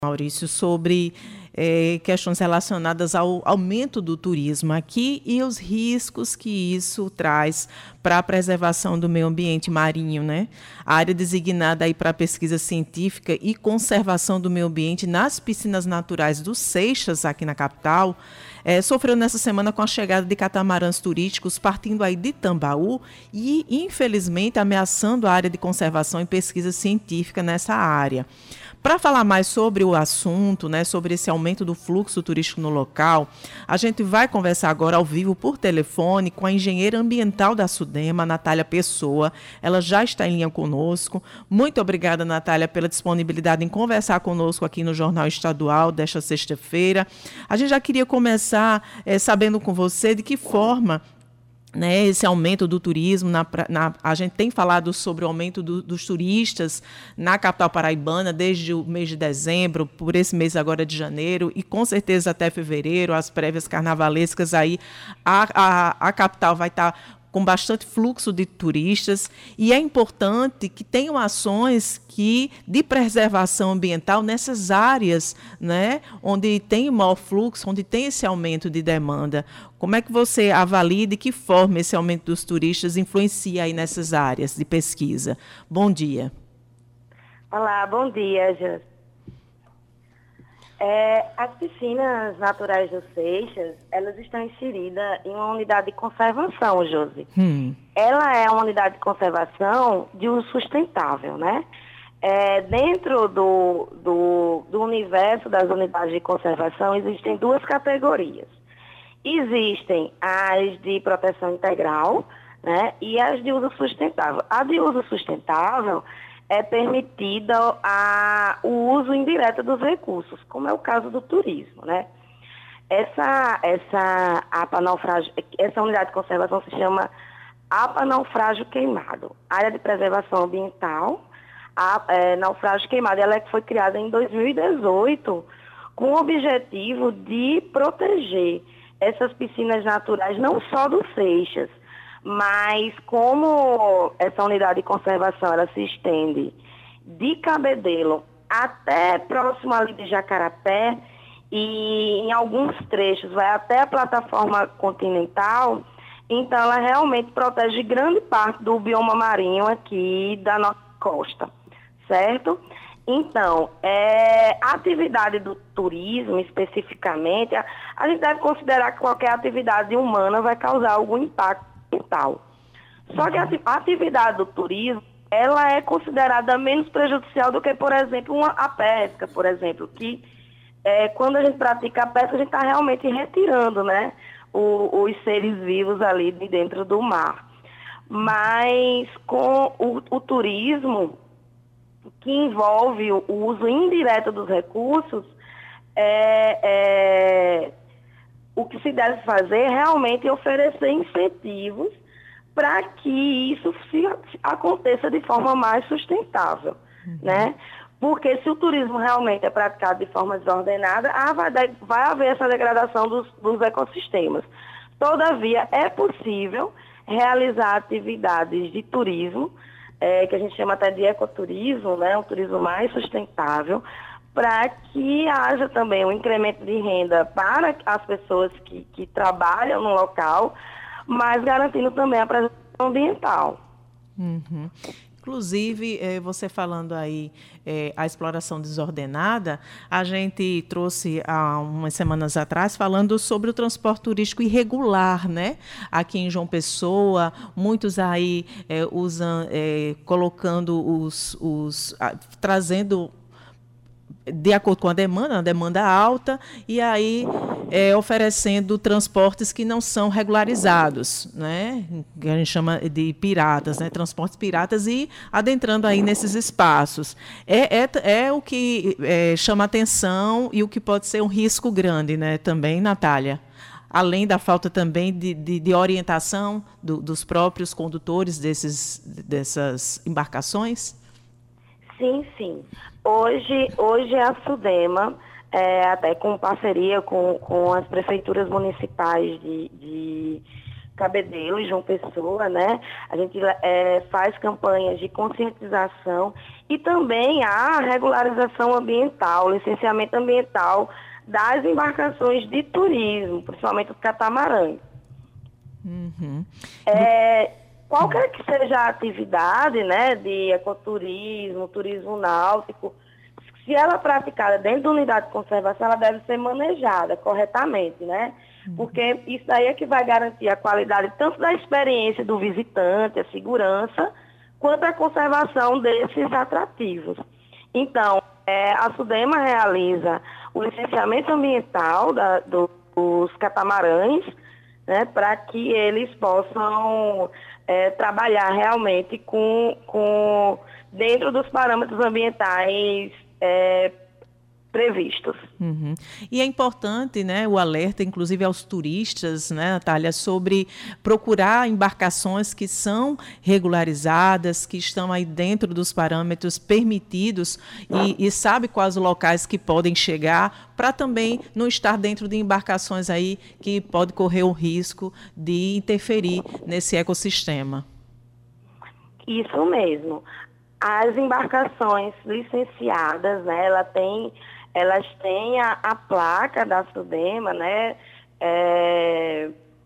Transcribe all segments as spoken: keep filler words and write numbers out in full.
Maurício, sobre eh, questões relacionadas ao aumento do turismo aqui e os riscos que isso traz para a preservação do meio ambiente marinho, né? A área designada aí para pesquisa científica e conservação do meio ambiente nas piscinas naturais dos Seixas, aqui na capital, eh, sofreu nessa semana com a chegada de catamarãs turísticos partindo aí de Tambaú e, infelizmente, ameaçando a área de conservação e pesquisa científica nessa área. Para falar mais sobre o assunto, né, sobre esse aumento do fluxo turístico no local, a gente vai conversar agora ao vivo por telefone com a engenheira ambiental da SUDEMA, Natália Pessoa. Ela já está em linha conosco. Muito obrigada, Natália, pela disponibilidade em conversar conosco aqui no Jornal Estadual desta sexta-feira. A gente já queria começar é, sabendo com você de que forma... Né, esse aumento do turismo, na, na, a gente tem falado sobre o aumento do, dos turistas na capital paraibana desde o mês de dezembro, por esse mês agora de janeiro, e com certeza até fevereiro, as prévias carnavalescas aí, a, a, a capital vai estar com bastante fluxo de turistas, e é importante que tenham ações que, de preservação ambiental nessas áreas, né, onde tem maior fluxo, onde tem esse aumento de demanda. Como é que você avalia e de que forma esse aumento dos turistas influencia aí nessas áreas de pesquisa? Bom dia. Olá, bom dia, Jô. É, as piscinas naturais do Seixas, elas estão inseridas em uma unidade de conservação, Josi. Hum. Ela é uma unidade de conservação de uso sustentável, né? É, dentro do, do, do universo das unidades de conservação, existem duas categorias. Existem as de proteção integral, né, e as de uso sustentável. A de uso sustentável é permitida a, o uso indireto dos recursos, como é o caso do turismo, né? Essa, essa, APA naufrágio, essa unidade de conservação se chama APA Naufrágio Queimado, Área de Preservação Ambiental, a, é, Naufrágio Queimado. Ela foi criada em dois mil e dezoito com o objetivo de proteger essas piscinas naturais, não só do Seixas, mas como essa unidade de conservação ela se estende de Cabedelo até próximo ali de Jacarapé e em alguns trechos vai até a plataforma continental, então ela realmente protege grande parte do bioma marinho aqui da nossa costa, certo? Então, é, a atividade do turismo, especificamente, a, a gente deve considerar que qualquer atividade humana vai causar algum impacto ambiental. Só que a, a atividade do turismo, ela é considerada menos prejudicial do que, por exemplo, uma, a pesca, por exemplo, que é, quando a gente pratica a pesca, a gente está realmente retirando, né, o, os seres vivos ali de dentro do mar. Mas com o, o turismo, que envolve o uso indireto dos recursos, é, é, o que se deve fazer é realmente oferecer incentivos para que isso se, aconteça de forma mais sustentável, uhum. né? Porque se o turismo realmente é praticado de forma desordenada, ah, vai, vai haver essa degradação dos, dos ecossistemas. Todavia, é possível realizar atividades de turismo, É, que a gente chama até de ecoturismo, né, um turismo mais sustentável, para que haja também um incremento de renda para as pessoas que, que trabalham no local, mas garantindo também a preservação ambiental. Uhum. Inclusive, eh, você falando aí eh, a exploração desordenada, a gente trouxe há umas semanas atrás falando sobre o transporte turístico irregular, né? Aqui em João Pessoa, muitos aí eh, usam, eh, colocando os, os ah, trazendo de acordo com a demanda, a demanda alta, e aí é, oferecendo transportes que não são regularizados, né? Que a gente chama de piratas, né? Transportes piratas, e adentrando aí nesses espaços. É, é, é o que é, chama atenção e o que pode ser um risco grande, né? Também, Natália. Além da falta também de, de, de orientação do, dos próprios condutores desses, dessas embarcações? Sim, sim. Hoje, hoje a SUDEMA, é, até com parceria com, com as prefeituras municipais de, de Cabedelo e João Pessoa, né? A gente é, faz campanhas de conscientização e também a regularização ambiental, licenciamento ambiental das embarcações de turismo, principalmente os catamarãs. Uhum. É, qualquer que seja a atividade, né, de ecoturismo, turismo náutico, se ela é praticada dentro da unidade de conservação, ela deve ser manejada corretamente, né? Porque isso daí é que vai garantir a qualidade tanto da experiência do visitante, a segurança, quanto a conservação desses atrativos. Então, é, a SUDEMA realiza o licenciamento ambiental da, do, dos catamarães, né, para que eles possam é, trabalhar realmente com, com, dentro dos parâmetros ambientais é, previstos. Uhum. E é importante, né, o alerta, inclusive aos turistas, né, Natália, sobre procurar embarcações que são regularizadas, que estão aí dentro dos parâmetros permitidos e, e sabe quais os locais que podem chegar, para também não estar dentro de embarcações aí que pode correr o risco de interferir nesse ecossistema. Isso mesmo. As embarcações licenciadas, né, ela tem elas têm a, a placa da SUDEMA, né, é,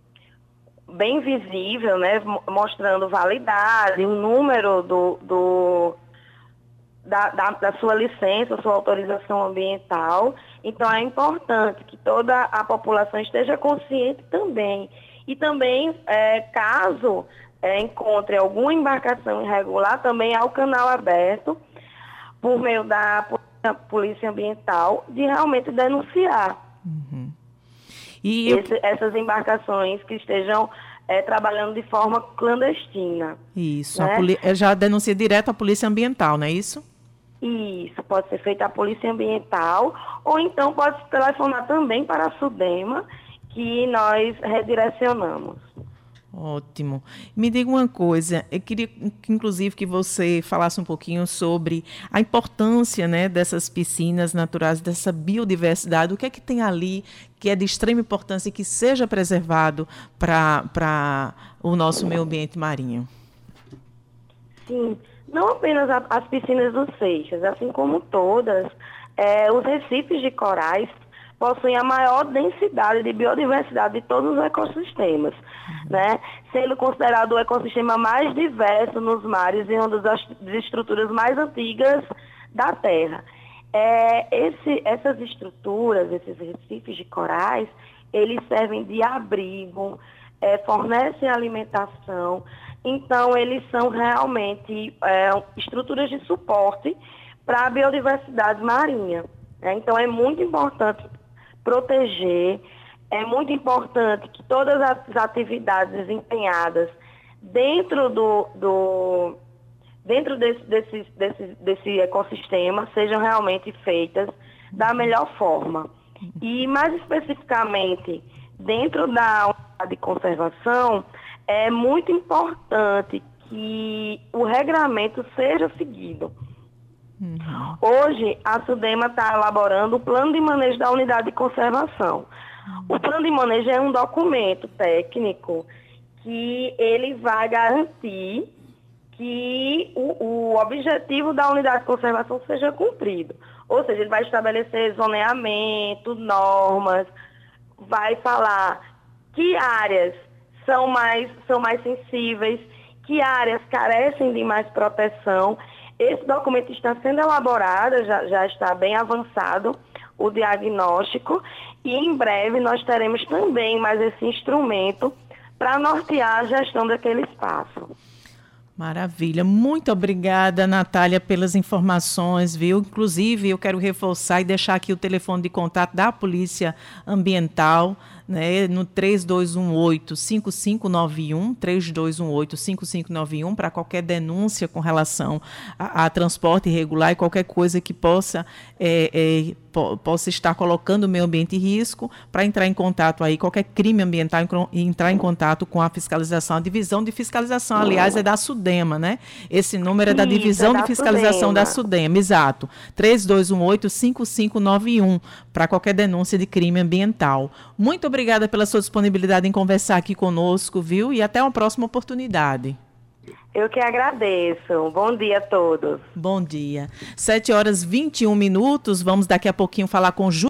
bem visível, né, mostrando validade, o número do, do, da, da, da sua licença, sua autorização ambiental. Então, é importante que toda a população esteja consciente também. E também, é, caso é, encontre alguma embarcação irregular, também há o canal aberto por meio da a Polícia Ambiental de realmente denunciar uhum. e esse, eu... essas embarcações que estejam é, trabalhando de forma clandestina. Isso, né? a poli... já denuncia direto à Polícia Ambiental, não é isso? Isso, pode ser feito à Polícia Ambiental ou então pode se telefonar também para a SUDEMA, que nós redirecionamos. Ótimo. Me diga uma coisa, eu queria, inclusive, que você falasse um pouquinho sobre a importância, né, dessas piscinas naturais, dessa biodiversidade, o que é que tem ali que é de extrema importância e que seja preservado para o nosso meio ambiente marinho? Sim, não apenas a, as piscinas dos Seixas, assim como todas, é, os recifes de corais possuem a maior densidade de biodiversidade de todos os ecossistemas, uhum. né? Sendo considerado o ecossistema mais diverso nos mares e uma das estruturas mais antigas da Terra. É, esse, essas estruturas, esses recifes de corais, eles servem de abrigo, é, fornecem alimentação, então eles são realmente é, estruturas de suporte para a biodiversidade marinha. Né? Então é muito importante proteger, é muito importante que todas as atividades desempenhadas dentro do, do dentro desse, desse, desse, desse ecossistema sejam realmente feitas da melhor forma. E mais especificamente, dentro da unidade de conservação, é muito importante que o regramento seja seguido. Uhum. Hoje, a SUDEMA está elaborando o plano de manejo da unidade de conservação. Uhum. O plano de manejo é um documento técnico que ele vai garantir que o, o objetivo da unidade de conservação seja cumprido. Ou seja, ele vai estabelecer zoneamento, normas, vai falar que áreas são mais, são mais sensíveis, que áreas carecem de mais proteção. Esse documento está sendo elaborado, já, já está bem avançado o diagnóstico e em breve nós teremos também mais esse instrumento para nortear a gestão daquele espaço. Maravilha. Muito obrigada, Natália, pelas informações, viu? Inclusive, eu quero reforçar e deixar aqui o telefone de contato da Polícia Ambiental, né, no três dois um oito, cinco cinco nove um, três dois um oito, cinco cinco nove um, para qualquer denúncia com relação a, a transporte irregular e qualquer coisa que possa, é, é, po, possa estar colocando o meio ambiente em risco, para entrar em contato aí, qualquer crime ambiental, e entrar em contato com a fiscalização. A divisão de fiscalização, aliás, é da SUDEMA, né? Esse número é da Isso, divisão é da de fiscalização SUDEMA. da SUDEMA, exato. três dois um oito, cinco cinco nove um, para qualquer denúncia de crime ambiental. Muito obrigada. obrigada pela sua disponibilidade em conversar aqui conosco, viu? E até uma próxima oportunidade. Eu que agradeço. Bom dia a todos. Bom dia. sete horas e vinte e um minutos. Vamos daqui a pouquinho falar com o Ju